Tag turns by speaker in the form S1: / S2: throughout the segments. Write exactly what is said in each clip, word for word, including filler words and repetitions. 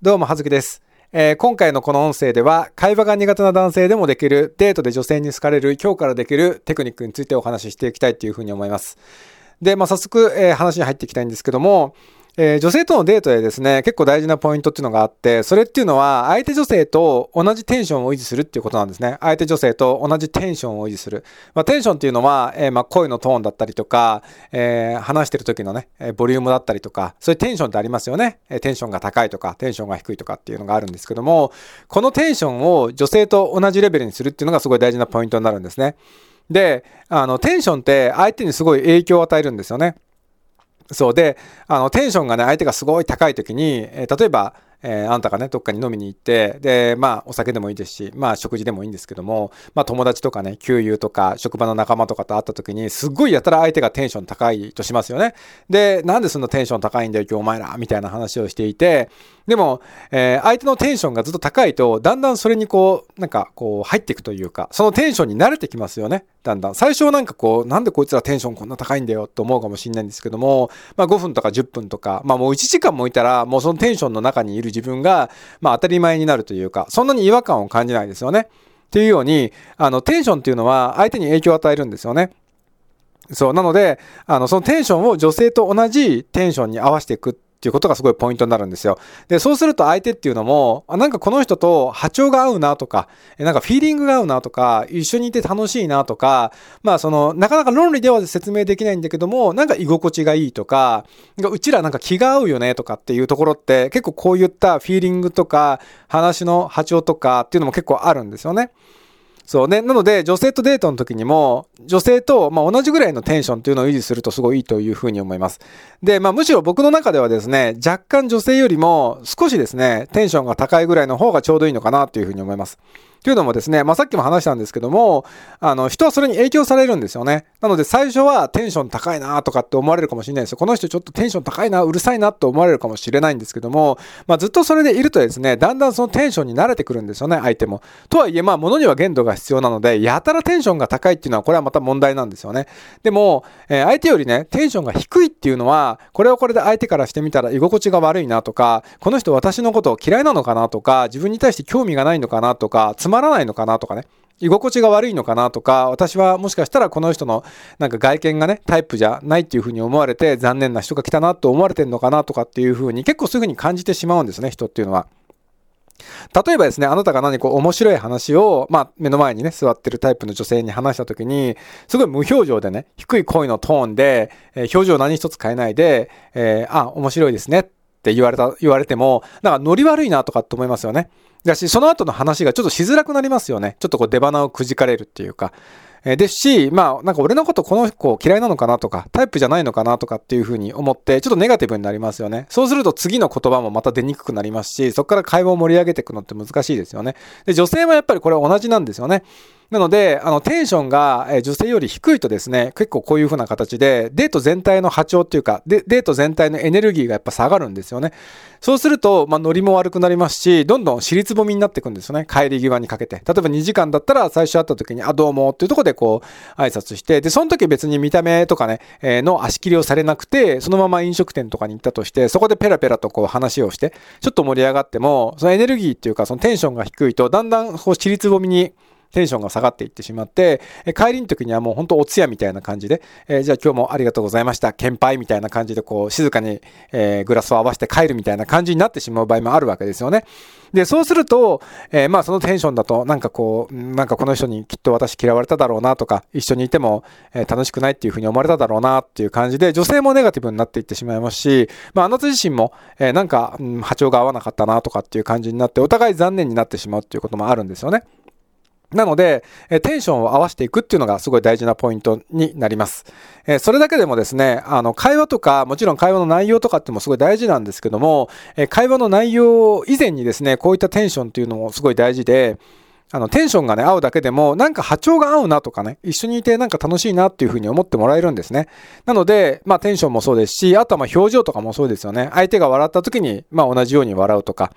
S1: どうもはずきです、えー、今回のこの音声では会話が苦手な男性でもできるデートで女性に好かれる今日からできるテクニックについてお話ししていきたいというふうに思います。で、まあ、早速、えー、話に入っていきたいんですけども、えー、女性とのデートでですね、結構大事なポイントっていうのがあって、それっていうのは相手女性と同じテンションを維持するっていうことなんですね。相手女性と同じテンションを維持する。まあ、テンションっていうのは、えー、まあ声のトーンだったりとか、えー、話してる時のね、ボリュームだったりとか、そういうテンションってありますよね。テンションが高いとか、テンションが低いとかっていうのがあるんですけども、このテンションを女性と同じレベルにするっていうのがすごい大事なポイントになるんですね。で、あの、テンションって相手にすごい影響を与えるんですよね。そうで、あの、テンションがね、相手がすごい高い時に、えー、例えば、えー、あんたがね、どっかに飲みに行って、で、まあ、お酒でもいいですし、まあ、食事でもいいんですけども、まあ、友達とかね、旧友とか、職場の仲間とかと会った時に、すっごいやたら相手がテンション高いとしますよね。で、なんでそんなテンション高いんだよ、今日お前ら、みたいな話をしていて、でも、えー、相手のテンションがずっと高いと、だんだんそれにこう、なんかこう、入っていくというか、そのテンションに慣れてきますよね。だんだん。最初はなんかこう、なんでこいつらテンションこんな高いんだよと思うかもしれないんですけども、まあごふんとかじゅっぷんとか、まあもういちじかんもいたら、もうそのテンションの中にいる自分が、まあ当たり前になるというか、そんなに違和感を感じないですよね。っていうように、あの、テンションっていうのは相手に影響を与えるんですよね。そう。なので、あの、そのテンションを女性と同じテンションに合わせていくっていうことがすごいポイントになるんですよ。で、そうすると相手っていうのも、なんかこの人と波長が合うなとか、なんかフィーリングが合うなとか、一緒にいて楽しいなとか、まあその、なかなか論理では説明できないんだけども、なんか居心地がいいとか、うちらなんか気が合うよねとかっていうところって、結構こういったフィーリングとか、話の波長とかっていうのも結構あるんですよね。そうね。なので、女性とデートの時にも、女性と、まあ、同じぐらいのテンションというのを維持するとすごいいいというふうに思います。で、まあ、むしろ僕の中ではですね、若干女性よりも少しですね、テンションが高いぐらいの方がちょうどいいのかなというふうに思います。というのもですね、まあ、さっきも話したんですけども、あの、人はそれに影響されるんですよね。なので、最初はテンション高いなとかって思われるかもしれないですよ。この人ちょっとテンション高いな、うるさいなと思われるかもしれないんですけども、まあ、ずっとそれでいるとですね、だんだんそのテンションに慣れてくるんですよね、相手も。とはいえ、まあ、物には限度が必要なので、やたらテンションが高いっていうのは、これはまた問題なんですよね。でも、えー、相手よりね、テンションが低いっていうのは、これはこれで相手からしてみたら居心地が悪いなとか、この人私のことを嫌いなのかなとか、自分に対して興味がないのかなとか、つまらないのかなとかね、居心地が悪いのかなとか、私はもしかしたらこの人のなんか外見がね、タイプじゃないっていう風に思われて、残念な人が来たなと思われてるのかなとかっていう風に結構すぐに感じてしまうんですね、人っていうのは。例えばですね、あなたが何か面白い話を、まあ、目の前にね、座ってるタイプの女性に話したときに、すごい無表情でね、低い声のトーンで、えー、表情何一つ変えないで、えー、あ、面白いですねって言われた、言われても、なんかノリ悪いなとかって思いますよね。だし、その後の話がちょっとしづらくなりますよね。ちょっとこう出鼻をくじかれるっていうか。ですし、まあ、なんか俺のことこの子嫌いなのかなとか、タイプじゃないのかなとかっていうふうに思って、ちょっとネガティブになりますよね。そうすると次の言葉もまた出にくくなりますし、そこから会話を盛り上げていくのって難しいですよね。で、女性はやっぱりこれは同じなんですよね。なので、あの、テンションが女性より低いとですね、結構こういう風な形で、デート全体の波長っていうか、デート全体のエネルギーがやっぱ下がるんですよね。そうすると、まあ、ノリも悪くなりますし、どんどん尻つぼみになっていくんですよね。帰り際にかけて。例えばにじかんだったら、最初会った時に、あ、どうもっていうところでこう、挨拶して、で、その時別に見た目とかね、えー、の足切りをされなくて、そのまま飲食店とかに行ったとして、そこでペラペラとこう話をして、ちょっと盛り上がっても、そのエネルギーっていうか、そのテンションが低いと、だんだんこう尻つぼみに、テンションが下がっていってしまって、帰りの時にはもう本当お通夜みたいな感じで、えー、じゃあ今日もありがとうございました。献杯みたいな感じでこう静かに、えー、グラスを合わせて帰るみたいな感じになってしまう場合もあるわけですよね。で、そうすると、えー、まあそのテンションだとなんかこう、なんかこの人にきっと私嫌われただろうなとか、一緒にいても、えー、楽しくないっていうふうに思われただろうなっていう感じで、女性もネガティブになっていってしまいますし、まああなた自身も、えー、なんか、うん、波長が合わなかったなとかっていう感じになって、お互い残念になってしまうっていうこともあるんですよね。なので、テンションを合わせていくっていうのがすごい大事なポイントになります。それだけでもですね、あの、会話とか、もちろん会話の内容とかってもすごい大事なんですけども、会話の内容以前にですね、こういったテンションっていうのもすごい大事で、あの、テンションがね、合うだけでも、なんか波長が合うなとかね、一緒にいてなんか楽しいなっていうふうに思ってもらえるんですね。なので、まあテンションもそうですし、あとはまあ表情とかもそうですよね。相手が笑った時に、まあ同じように笑うとか、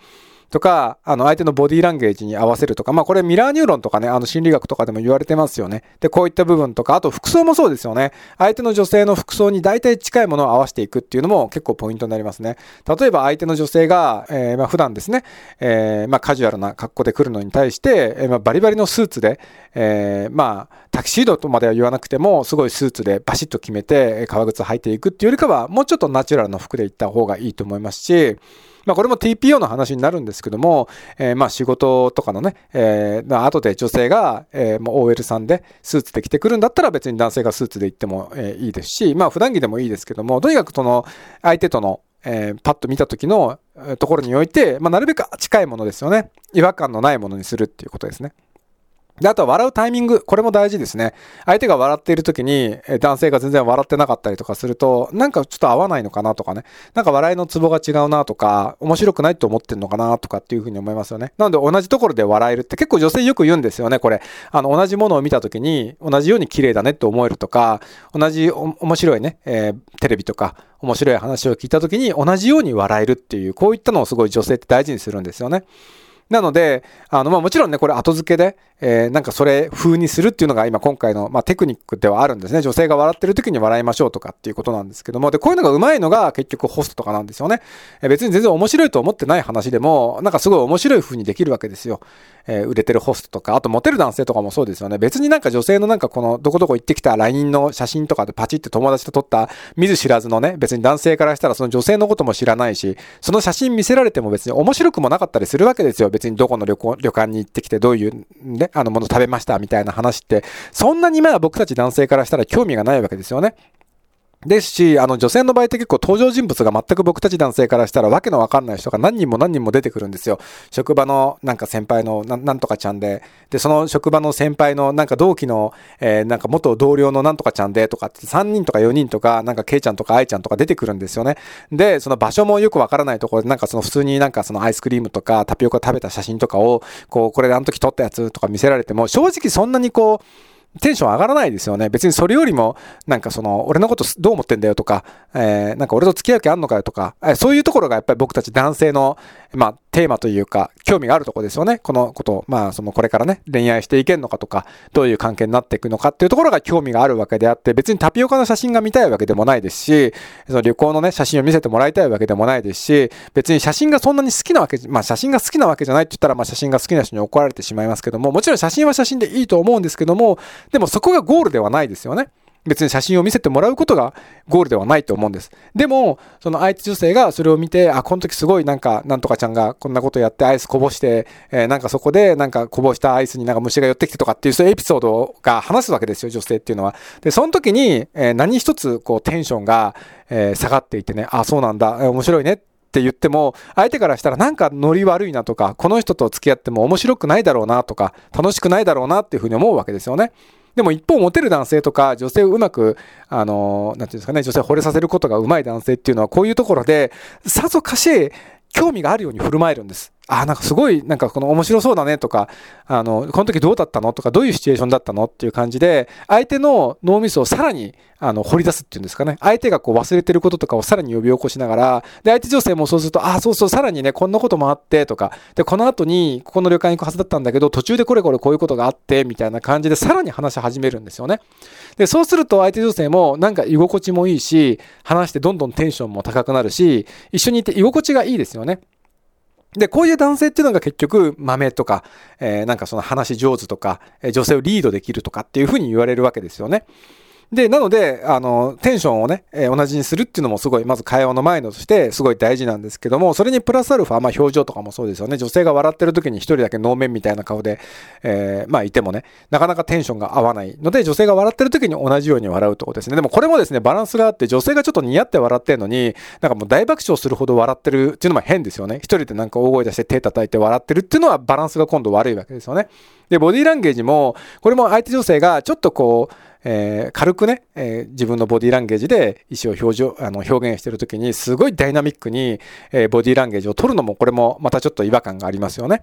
S1: とか、あの、相手のボディーランゲージに合わせるとか、まあこれミラーニューロンとかね、あの心理学とかでも言われてますよね。で、こういった部分とか、あと服装もそうですよね。相手の女性の服装に大体近いものを合わせていくっていうのも結構ポイントになりますね。例えば相手の女性が、えー、まあ普段ですね、えー、まあカジュアルな格好で来るのに対して、えー、まあバリバリのスーツで、えー、まあタキシードとまでは言わなくても、すごいスーツでバシッと決めて、革靴履いていくっていうよりかは、もうちょっとナチュラルな服で行った方がいいと思いますし、まあこれも ティーピーオー の話になるんですけども、えー、まあ仕事とかのね、えー、まあ後で女性が、えー、もう オーエル さんでスーツで着てくるんだったら別に男性がスーツで行っても、えー、いいですし、まあ普段着でもいいですけども、とにかくその相手との、えー、パッと見た時のところにおいて、まあなるべく近いものですよね。違和感のないものにするっていうことですね。で、あとは笑うタイミング。これも大事ですね。相手が笑っている時に、男性が全然笑ってなかったりとかすると、なんかちょっと合わないのかなとかね。なんか笑いのツボが違うなとか、面白くないと思ってんのかなとかっていうふうに思いますよね。なので同じところで笑えるって結構女性よく言うんですよね、これ。あの、同じものを見た時に、同じように綺麗だねって思えるとか、同じお面白いね、えー、テレビとか、面白い話を聞いた時に同じように笑えるっていう、こういったのをすごい女性って大事にするんですよね。なので、あの、まあ、もちろんね、これ後付けで、えー、なんかそれ風にするっていうのが今今回の、まあ、テクニックではあるんですね。女性が笑ってる時に笑いましょうとかっていうことなんですけども、で、こういうのが上手いのが結局ホストとかなんですよね。えー、別に全然面白いと思ってない話でも、なんかすごい面白い風にできるわけですよ。えー、売れてるホストとか、あとモテる男性とかもそうですよね。別になんか女性のなんかこのどこどこ行ってきた ライン の写真とかでパチって友達と撮った見ず知らずのね、別に男性からしたらその女性のことも知らないし、その写真見せられても別に面白くもなかったりするわけですよ。別にどこの旅行、旅館に行ってきてどういうね、あのもの食べましたみたいな話って、そんなにまあ僕たち男性からしたら興味がないわけですよね。ですし、あの女性の場合って結構登場人物が全く僕たち男性からしたらわけのわかんない人が何人も何人も出てくるんですよ。職場のなんか先輩の な, なんとかちゃんで、で、その職場の先輩のなんか同期の、えー、なんか元同僚のなんとかちゃんでとかってさんにんとかよにんとか、なんかケイちゃんとかアイちゃんとか出てくるんですよね。で、その場所もよくわからないところで、なんかその普通になんかそのアイスクリームとかタピオカ食べた写真とかを、こう、これであの時撮ったやつとか見せられても、正直そんなにこう、テンション上がらないですよね。別にそれよりも、なんかその、俺のことどう思ってんだよとか、えー、なんか俺と付き合う気あんのかよとか、えー、そういうところがやっぱり僕たち男性の、まあ、テーマというか、興味があるところですよね。このこと、まあ、その、これからね、恋愛していけんのかとか、どういう関係になっていくのかっていうところが興味があるわけであって、別にタピオカの写真が見たいわけでもないですし、その旅行のね、写真を見せてもらいたいわけでもないですし、別に写真がそんなに好きなわけ、まあ、写真が好きなわけじゃないって言ったら、まあ、写真が好きな人に怒られてしまいますけども、もちろん写真は写真でいいと思うんですけども、でもそこがゴールではないですよね。別に写真を見せてもらうことがゴールではないと思うんです。でも、その相手女性がそれを見て、あ、この時すごいなんか、なんとかちゃんがこんなことやってアイスこぼして、えー、なんかそこでなんかこぼしたアイスになんか虫が寄ってきてとかっていうそういうエピソードが話すわけですよ、女性っていうのは。で、その時に、えー、何一つこうテンションが、えー、下がっていてね、あ、そうなんだ、えー、面白いねって言っても、相手からしたらなんかノリ悪いなとか、この人と付き合っても面白くないだろうなとか、楽しくないだろうなっていうふうに思うわけですよね。でも一方、モテる男性とか、女性をうまく、あの、なんていうんですかね、女性を惚れさせることがうまい男性っていうのは、こういうところで、さぞかし興味があるように振る舞えるんです。あ、なんかすごい、なんかこの面白そうだねとか、あの、この時どうだったのとか、どういうシチュエーションだったのっていう感じで、相手の脳みそをさらに、あの、掘り出すっていうんですかね。相手がこう忘れてることとかをさらに呼び起こしながら、で、相手女性もそうすると、あ、そうそう、さらにね、こんなこともあって、とか、で、この後に、ここの旅館行くはずだったんだけど、途中でこれこれこういうことがあって、みたいな感じで、さらに話し始めるんですよね。で、そうすると相手女性も、なんか居心地もいいし、話してどんどんテンションも高くなるし、一緒にいて居心地がいいですよね。で、こういう男性っていうのが結局、豆とか、えー、なんかその話上手とか、女性をリードできるとかっていうふうに言われるわけですよね。で、なので、あの、テンションをね、えー、同じにするっていうのもすごい、まず会話の前のとしてすごい大事なんですけども、それにプラスアルファ、まあ表情とかもそうですよね。女性が笑ってる時に一人だけ能面みたいな顔で、えー、まあいてもね、なかなかテンションが合わないので、女性が笑ってる時に同じように笑うとこですね。でもこれもですね、バランスがあって、女性がちょっと似合って笑ってるのに、なんかもう大爆笑するほど笑ってるっていうのも変ですよね。一人でなんか大声出して手叩いて笑ってるっていうのはバランスが今度悪いわけですよね。で、ボディーランゲージも、これも相手女性がちょっとこう、えー、軽くね、えー、自分のボディーランゲージで意思を表情、あの表現しているときにすごいダイナミックに、えー、ボディーランゲージを取るのもこれもまたちょっと違和感がありますよね。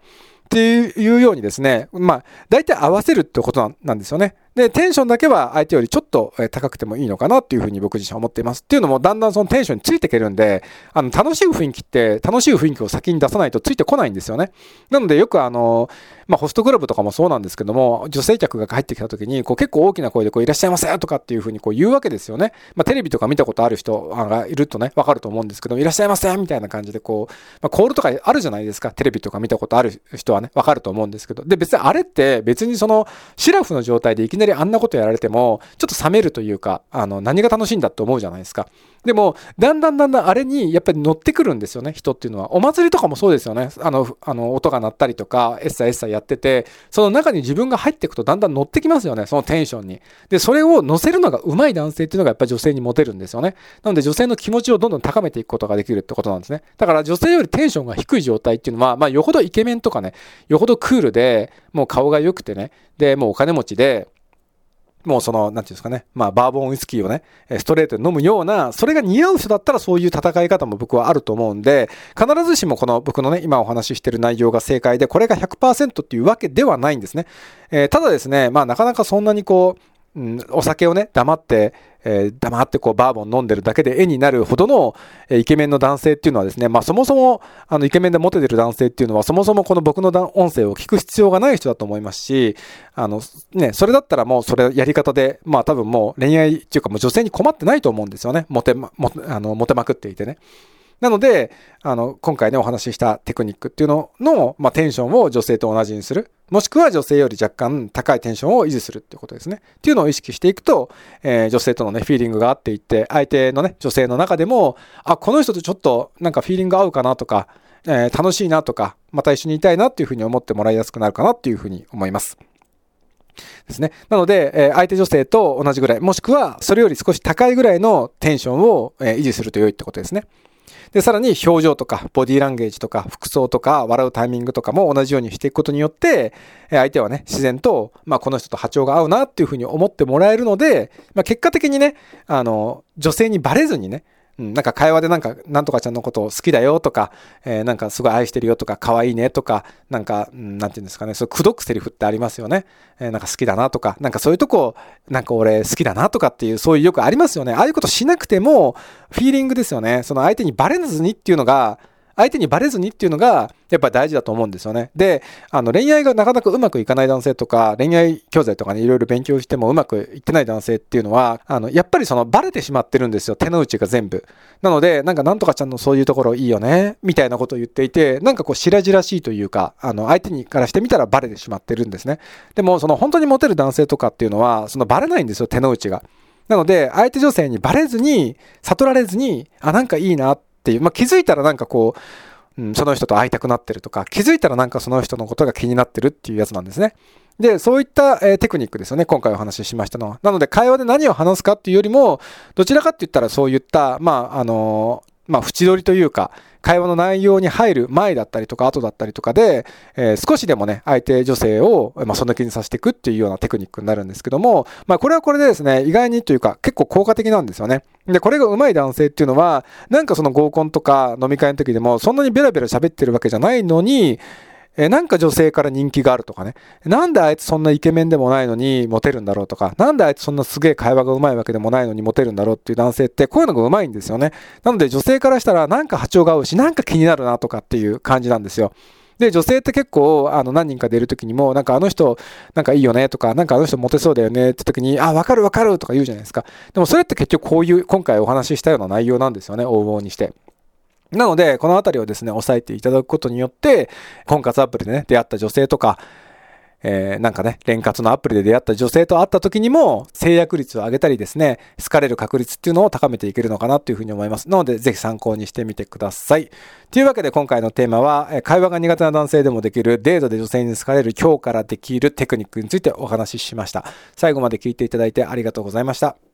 S1: っていうようにですね、まあ、大体合わせるってことなんですよね。で、テンションだけは相手よりちょっと高くてもいいのかなっていうふうに僕自身は思っています。っていうのも、だんだんそのテンションについていけるんで、あの、楽しい雰囲気って、楽しい雰囲気を先に出さないとついてこないんですよね。なので、よくあの、まあ、ホストクラブとかもそうなんですけども、女性客が入ってきた時に、こう結構大きな声でこういらっしゃいませとかっていうふうにこう言うわけですよね。まあ、テレビとか見たことある人がいるとね、わかると思うんですけど、いらっしゃいませみたいな感じでこう、まあ、コールとかあるじゃないですか。テレビとか見たことある人はね、わかると思うんですけど。で、別にあれって別にその、シラフの状態でいきなりあんなことやられても、ちょっと冷めるというか、あの、何が楽しいんだって思うじゃないですか。でも、だんだんだんだんあれにやっぱり乗ってくるんですよね、人っていうのは。お祭りとかもそうですよね。あの、あの音が鳴ったりとか、エッサエッサやってて、その中に自分が入っていくとだんだん乗ってきますよね、そのテンションに。で、それを乗せるのが上手い男性っていうのがやっぱり女性にモテるんですよね。なので女性の気持ちをどんどん高めていくことができるってことなんですね。だから女性よりテンションが低い状態っていうのは、まあ、よほどイケメンとかね、よほどクールで、もう顔が良くてね、で、もうお金持ちで、もうその、なんていうんですかね、まあ、バーボンウイスキーをね、ストレートで飲むような、それが似合う人だったらそういう戦い方も僕はあると思うんで、必ずしもこの僕のね、今お話ししている内容が正解で、これが ひゃくパーセント っていうわけではないんですね。えー、ただですね、まあ、なかなかそんなにこう、うん、お酒をね、黙って、えー、黙ってこうバーボン飲んでるだけで絵になるほどの、えー、イケメンの男性っていうのはですね、まあそもそもあのイケメンでモテてる男性っていうのはそもそもこの僕の音声を聞く必要がない人だと思いますし、あのね、それだったらもうそれやり方で、まあ多分もう恋愛っていうかもう女性に困ってないと思うんですよね。モテま、モテ、あのモテまくっていてね。なので、あの、今回ね、お話ししたテクニックっていうのの、まあ、テンションを女性と同じにする。もしくは女性より若干高いテンションを維持するっていうことですね。っていうのを意識していくと、えー、女性とのね、フィーリングが合っていって、相手のね、女性の中でも、あ、この人とちょっとなんかフィーリング合うかなとか、えー、楽しいなとか、また一緒にいたいなっていうふうに思ってもらいやすくなるかなっていうふうに思います。ですね。なので、えー、相手女性と同じぐらい、もしくはそれより少し高いぐらいのテンションを、えー、維持すると良いってことですね。で、さらに表情とか、ボディーランゲージとか、服装とか、笑うタイミングとかも同じようにしていくことによって、相手はね、自然と、まあ、この人と波長が合うなっていうふうに思ってもらえるので、まあ、結果的にね、あの、女性にバレずにね、うん、なんか会話でなんか、なんとかちゃんのことを好きだよとか、えー、なんかすごい愛してるよとか、可愛いねとか、なんか、うん、なんていうんですかね、そういう口説くセリフってありますよね。えー、なんか好きだなとか、なんかそういうとこ、なんか俺好きだなとかっていう、そういうよくありますよね。ああいうことしなくても、フィーリングですよね。その相手にバレずにっていうのが、相手にバレずにっていうのがやっぱり大事だと思うんですよね。で、あの恋愛がなかなかうまくいかない男性とか、恋愛教材とかね、いろいろ勉強してもうまくいってない男性っていうのは、あのやっぱりそのバレてしまってるんですよ、手の内が全部。なので、なんかなんとかちゃんのそういうところいいよねみたいなことを言っていて、なんかこう白々しいというか、あの相手にからしてみたらバレてしまってるんですね。でもその本当にモテる男性とかっていうのは、そのバレないんですよ、手の内が。なので、相手女性にバレずに、悟られずに、あ、なんかいいなっていう、まあ、気づいたらなんかこう、うん、その人と会いたくなってるとか、気づいたらなんかその人のことが気になってるっていうやつなんですね。で、そういった、えー、テクニックですよね、今回お話ししましたのは。なので、会話で何を話すかっていうよりも、どちらかって言ったらそういった、まあ、あのー、まあ、縁取りというか、会話の内容に入る前だったりとか後だったりとかで、えー、少しでもね、相手女性を、まあ、その気にさせていくっていうようなテクニックになるんですけども、まあ、これはこれでですね、意外にというか結構効果的なんですよね。で、これが上手い男性っていうのは、なんかその合コンとか飲み会の時でもそんなにベラベラ喋ってるわけじゃないのに、えなんか女性から人気があるとかね。なんであいつそんなイケメンでもないのにモテるんだろうとか、なんであいつそんなすげえ会話が上手いわけでもないのにモテるんだろうっていう男性ってこういうのが上手いんですよね。なので女性からしたらなんか波長が合うし、なんか気になるなとかっていう感じなんですよ。で、女性って結構あの何人か出るときにも、なんかあの人なんかいいよねとか、なんかあの人モテそうだよねって時に、あ、わかるわかるとか言うじゃないですか。でもそれって結局こういう今回お話ししたような内容なんですよね、往々にして。なので、このあたりをですね、押さえていただくことによって、婚活アプリでね、出会った女性とか、えー、なんかね、恋活のアプリで出会った女性と会った時にも、制約率を上げたりですね、好かれる確率っていうのを高めていけるのかなというふうに思います。なので、ぜひ参考にしてみてください。というわけで、今回のテーマは、会話が苦手な男性でもできる、デートで女性に好かれる今日からできるテクニックについてお話ししました。最後まで聞いていただいてありがとうございました。